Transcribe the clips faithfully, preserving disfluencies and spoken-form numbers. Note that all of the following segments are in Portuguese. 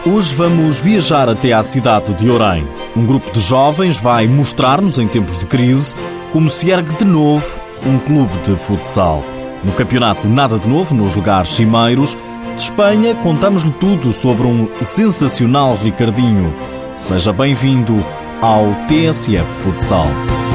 Hoje vamos viajar até à cidade de Orem. Um grupo de jovens vai mostrar-nos, em tempos de crise, como se ergue de novo um clube de futsal. No campeonato Nada de Novo, nos lugares cimeiros de Espanha, contamos-lhe tudo sobre um sensacional Ricardinho. Seja bem-vindo ao T S F Futsal.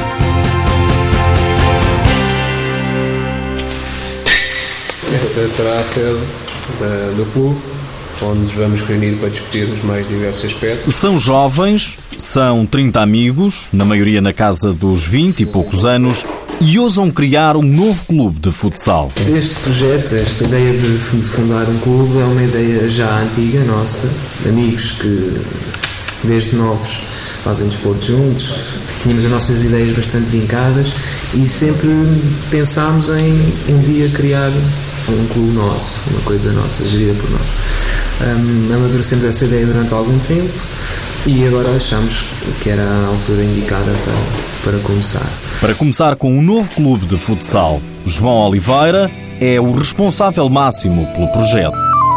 Esta será a sede da, do clube, onde nos vamos reunir para discutir os mais diversos aspectos. São jovens, são trinta amigos, na maioria na casa dos vinte e poucos anos, e ousam criar um novo clube de futsal. Este projeto, esta ideia de fundar um clube é uma ideia já antiga nossa, amigos que desde novos fazem desporto juntos, tínhamos as nossas ideias bastante vincadas e sempre pensámos em um dia criar um clube nosso, uma coisa nossa, gerida por nós. Um, amadurecemos essa ideia durante algum tempo e agora achamos que era a altura indicada para, para começar. Para começar com um novo clube de futsal, João Oliveira é o responsável máximo pelo projeto.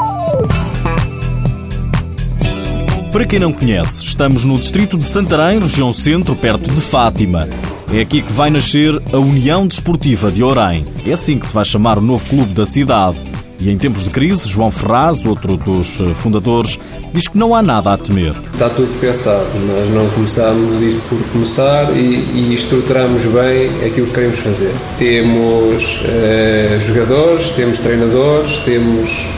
Para quem não conhece, estamos no distrito de Santarém, região centro, perto de Fátima. É aqui que vai nascer a União Desportiva de Orem. É assim que se vai chamar o novo clube da cidade. E em tempos de crise, João Ferraz, outro dos fundadores, diz que não há nada a temer. Está tudo pensado. Nós não começámos isto por começar e, e estruturamos bem aquilo que queremos fazer. Temos uh, jogadores, temos treinadores, temos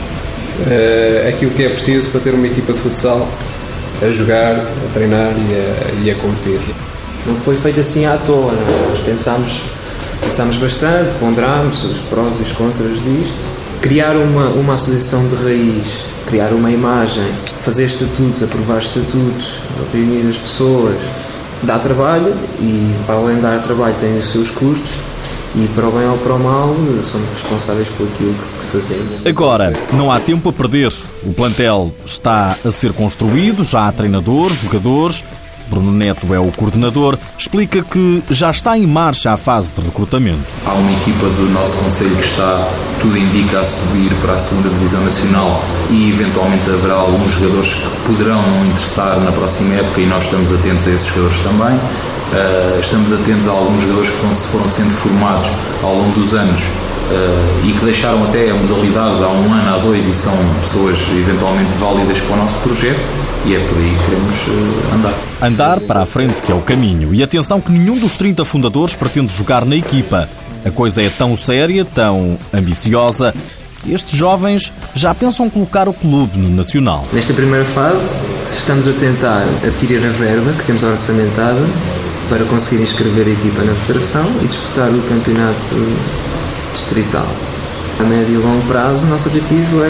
uh, aquilo que é preciso para ter uma equipa de futsal a jogar, a treinar e a, e a competir. Não foi feito assim à toa, não? Nós pensámos, pensámos bastante, ponderámos os prós e os contras disto. Criar uma, uma associação de raiz, criar uma imagem, fazer estatutos, aprovar estatutos, reunir as pessoas, dá trabalho e, para além de dar trabalho, tem os seus custos e, para o bem ou para o mal, somos responsáveis por aquilo que fazemos. Agora, não há tempo a perder. O plantel está a ser construído, já há treinadores, jogadores. Bruno Neto é o coordenador, explica que já está em marcha a fase de recrutamento. Há uma equipa do nosso concelho que está, tudo indica, a subir para a segunda Divisão Nacional e eventualmente haverá alguns jogadores que poderão não interessar na próxima época e nós estamos atentos a esses jogadores também. Uh, estamos atentos a alguns jogadores que foram, foram sendo formados ao longo dos anos uh, e que deixaram até a modalidade há um ano, há dois e são pessoas eventualmente válidas para o nosso projeto. E é por aí que queremos uh, andar. Andar para a frente que é o caminho. E atenção que nenhum dos trinta fundadores pretende jogar na equipa. A coisa é tão séria, tão ambiciosa. Estes jovens já pensam colocar o clube no Nacional. Nesta primeira fase, estamos a tentar adquirir a verba que temos orçamentada para conseguir inscrever a equipa na Federação e disputar o campeonato distrital. A médio e longo prazo, o nosso objetivo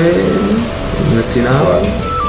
é nacional.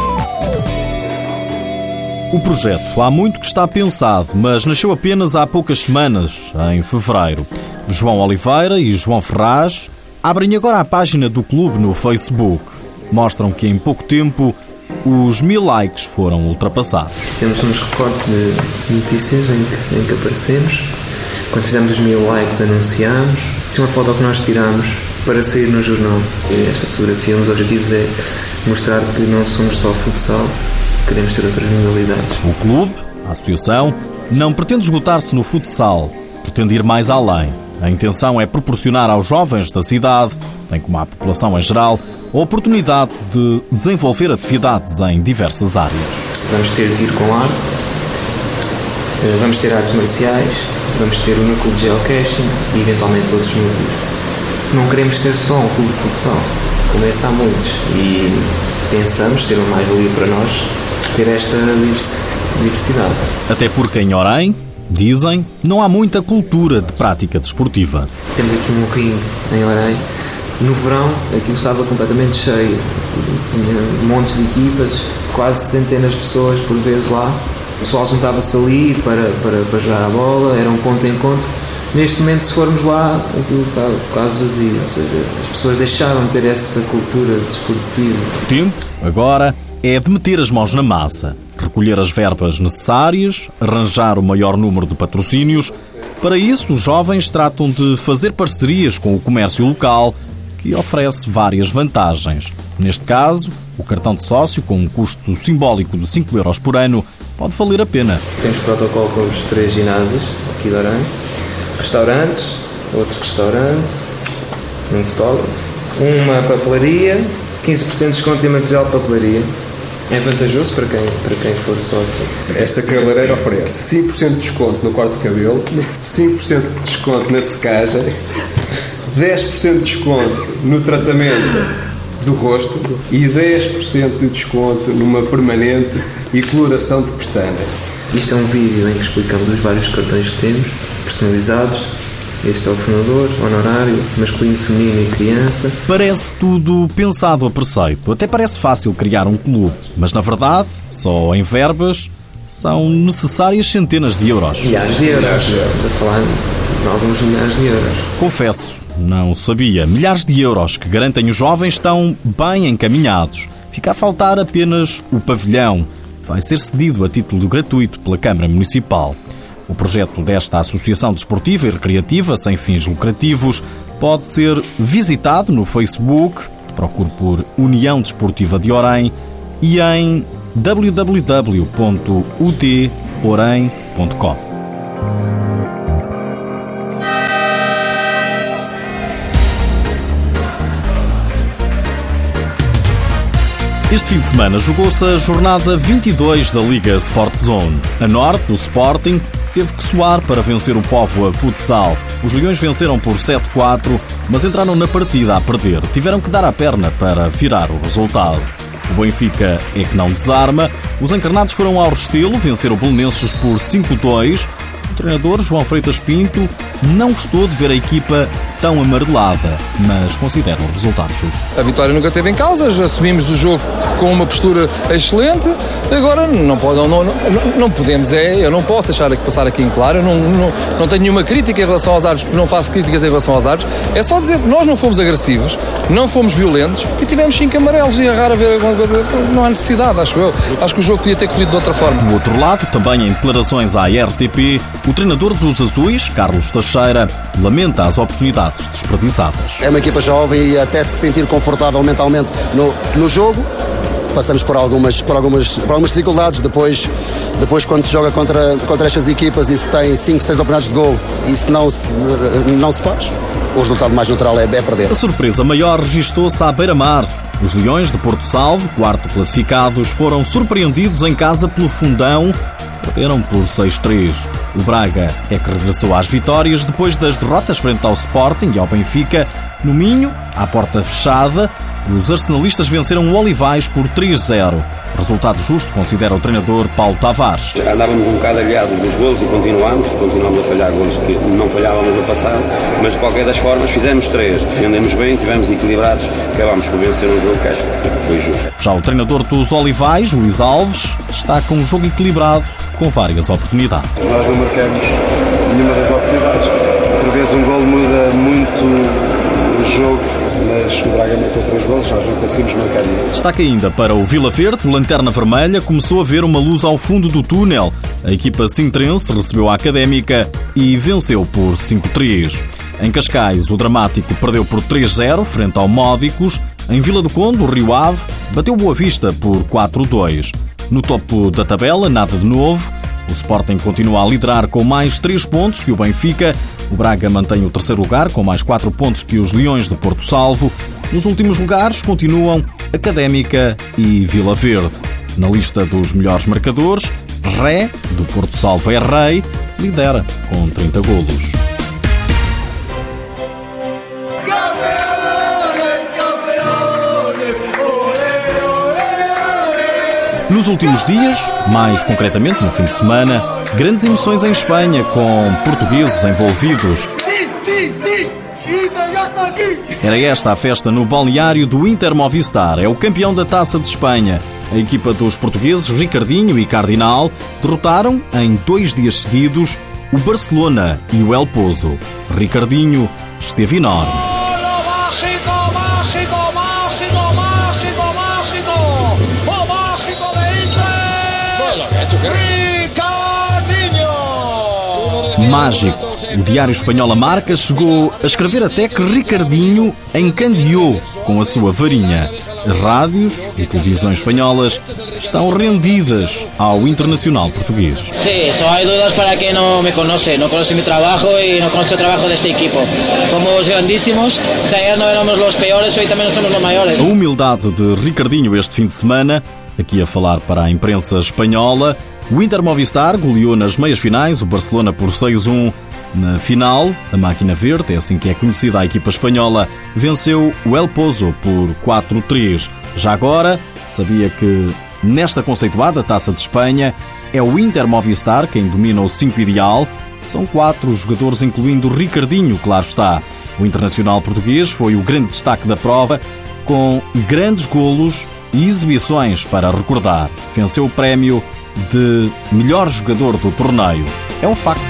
O projeto há muito que está pensado, mas nasceu apenas há poucas semanas, em fevereiro. João Oliveira e João Ferraz abrem agora a página do clube no Facebook. Mostram que em pouco tempo os mil likes foram ultrapassados. Temos uns recortes de notícias em que, em que aparecemos. Quando fizemos os mil likes anunciámos. Tinha uma foto que nós tirámos para sair no jornal. Esta fotografia, um dos objetivos é mostrar que não somos só futsal, queremos ter outras modalidades. O clube, a associação, não pretende esgotar-se no futsal, pretende ir mais além. A intenção é proporcionar aos jovens da cidade, bem como à população em geral, a oportunidade de desenvolver atividades em diversas áreas. Vamos ter tiro com arco, vamos ter artes marciais, vamos ter o núcleo de geocaching e eventualmente outros núcleos. Não queremos ser só um clube de futsal, como esse há muitos, e pensamos ser uma mais-valia para nós ter esta diversidade. Até porque em Orem, dizem, não há muita cultura de prática desportiva. Temos aqui um ringue em Orem. No verão aquilo estava completamente cheio. Tinha montes de equipas, quase centenas de pessoas por vez lá. O pessoal juntava-se ali para, para, para jogar a bola, era um ponto de encontro. Neste momento, se formos lá, aquilo está quase vazio. Ou seja, as pessoas deixaram de ter essa cultura desportiva. O tempo, agora, é de meter as mãos na massa, recolher as verbas necessárias, arranjar o maior número de patrocínios. Para isso, os jovens tratam de fazer parcerias com o comércio local, que oferece várias vantagens. Neste caso, o cartão de sócio, com um custo simbólico de cinco euros por ano, pode valer a pena. Temos protocolo com os três ginásios aqui de Orem, restaurantes, outro restaurante, um fotógrafo, uma papelaria, quinze por cento de desconto em material de papelaria. É vantajoso para quem, para quem for sócio. Esta cabeleireira oferece cinco por cento de desconto no corte de cabelo, cinco por cento de desconto na secagem, dez por cento de desconto no tratamento do rosto e dez por cento de desconto numa permanente e coloração de pestanas. Isto é um vídeo em que explicamos os vários cartões que temos, personalizados. Este é o fundador, honorário, masculino, feminino e criança. Parece tudo pensado a preceito. Até parece fácil criar um clube, mas na verdade, só em verbas, são necessárias centenas de euros. Milhares de euros. Estamos a falar de alguns milhares de euros. Confesso, não sabia. Milhares de euros que garantem os jovens estão bem encaminhados. Fica a faltar apenas o pavilhão. Vai ser cedido a título gratuito pela Câmara Municipal. O projeto desta associação desportiva e recreativa sem fins lucrativos pode ser visitado no Facebook, procure por União Desportiva de Orem, e em w w w ponto u d orem ponto com. Este fim de semana jogou-se a jornada vinte e dois da Liga Sport Zone. A norte, o Sporting teve que suar para vencer o Póvoa Futsal. Os Leões venceram por sete a quatro, mas entraram na partida a perder. Tiveram que dar a perna para virar o resultado. O Benfica é que não desarma. Os encarnados foram ao Restelo, venceram o Belenenses por cinco a dois. O treinador, João Freitas Pinto, não gostou de ver a equipa tão amarelada, mas considera o resultado justo. A vitória nunca esteve em causa, assumimos o jogo com uma postura excelente. Agora não, pode, não, não, não podemos, é, eu não posso deixar passar aqui em claro, eu não, não, não tenho nenhuma crítica em relação aos árbitros, não faço críticas em relação aos árbitros, é só dizer que nós não fomos agressivos, não fomos violentos e tivemos cinco amarelos e a rara ver alguma coisa, não há necessidade, acho eu. Acho que o jogo podia ter corrido de outra forma. Do outro lado, também em declarações à R T P, o treinador dos Azuis, Carlos Teixeira, lamenta as oportunidades desperdiçadas. É uma equipa jovem e até se sentir confortável mentalmente no, no jogo, passamos por algumas, por algumas, por algumas dificuldades. Depois, depois quando se joga contra, contra estas equipas e se tem cinco, seis oportunidades de gol e se não se, não se faz, o resultado mais natural é, é perder. A surpresa maior registou-se à Beira-Mar. Os Leões de Porto Salvo, quarto classificados, foram surpreendidos em casa pelo Fundão, perderam por seis a três. O Braga é que regressou às vitórias depois das derrotas frente ao Sporting e ao Benfica. No Minho, à porta fechada, os arsenalistas venceram o Olivais por três a zero. Resultado justo, considera o treinador Paulo Tavares. Andávamos um bocado aliados dos golos e continuamos, continuamos a falhar golos que não falhávamos no passado, mas de qualquer das formas fizemos três, defendemos bem, estivemos equilibrados, acabámos por vencer um jogo que acho que foi justo. Já o treinador dos Olivais, Luís Alves, está com um jogo equilibrado, com várias oportunidades. Nós não marcamos nenhuma das oportunidades. Por vezes um gol muda muito o jogo, mas o Braga marcou três golos, nós não conseguimos marcar nenhum. Destaca ainda para o Vila Verde, o Lanterna Vermelha começou a ver uma luz ao fundo do túnel. A equipa sintrense recebeu a Académica e venceu por cinco a três. Em Cascais, o Dramático perdeu por três a zero frente ao Módicos. Em Vila do Conde, o Rio Ave bateu Boa Vista por quatro a dois. No topo da tabela, nada de novo. O Sporting continua a liderar com mais três pontos que o Benfica. O Braga mantém o terceiro lugar com mais quatro pontos que os Leões de Porto Salvo. Nos últimos lugares continuam Académica e Vila Verde. Na lista dos melhores marcadores, Ré, do Porto Salvo é rei, lidera com trinta golos. Nos últimos dias, mais concretamente no fim de semana, grandes emoções em Espanha, com portugueses envolvidos. Era esta a festa no balneário do Inter Movistar. É o campeão da Taça de Espanha. A equipa dos portugueses Ricardinho e Cardinal derrotaram, em dois dias seguidos, o Barcelona e o El Pozo. Ricardinho esteve enorme. Mágico, O diário espanhol A Marca chegou a escrever até que Ricardinho encandeou com a sua varinha. As rádios e televisões espanholas estão rendidas ao internacional português. Sí, só há dúvidas para quem não me conhece, não conhece meu trabalho e não conhece o trabalho deste equipo. Somos grandíssimos, se ayer não éramos os piores, hoje também não somos os maiores. A humildade de Ricardinho este fim de semana, aqui a falar para a imprensa espanhola. O Inter Movistar goleou nas meias finais o Barcelona por seis a um. Na final, a Máquina Verde, é assim que é conhecida a equipa espanhola, venceu o El Pozo por quatro a três. Já agora, sabia que nesta conceituada Taça de Espanha é o Inter Movistar quem domina o cinco ideal. São quatro jogadores, incluindo Ricardinho, claro está. O internacional português foi o grande destaque da prova, com grandes golos e exibições para recordar. Venceu o prémio de melhor jogador do torneio. É um facto.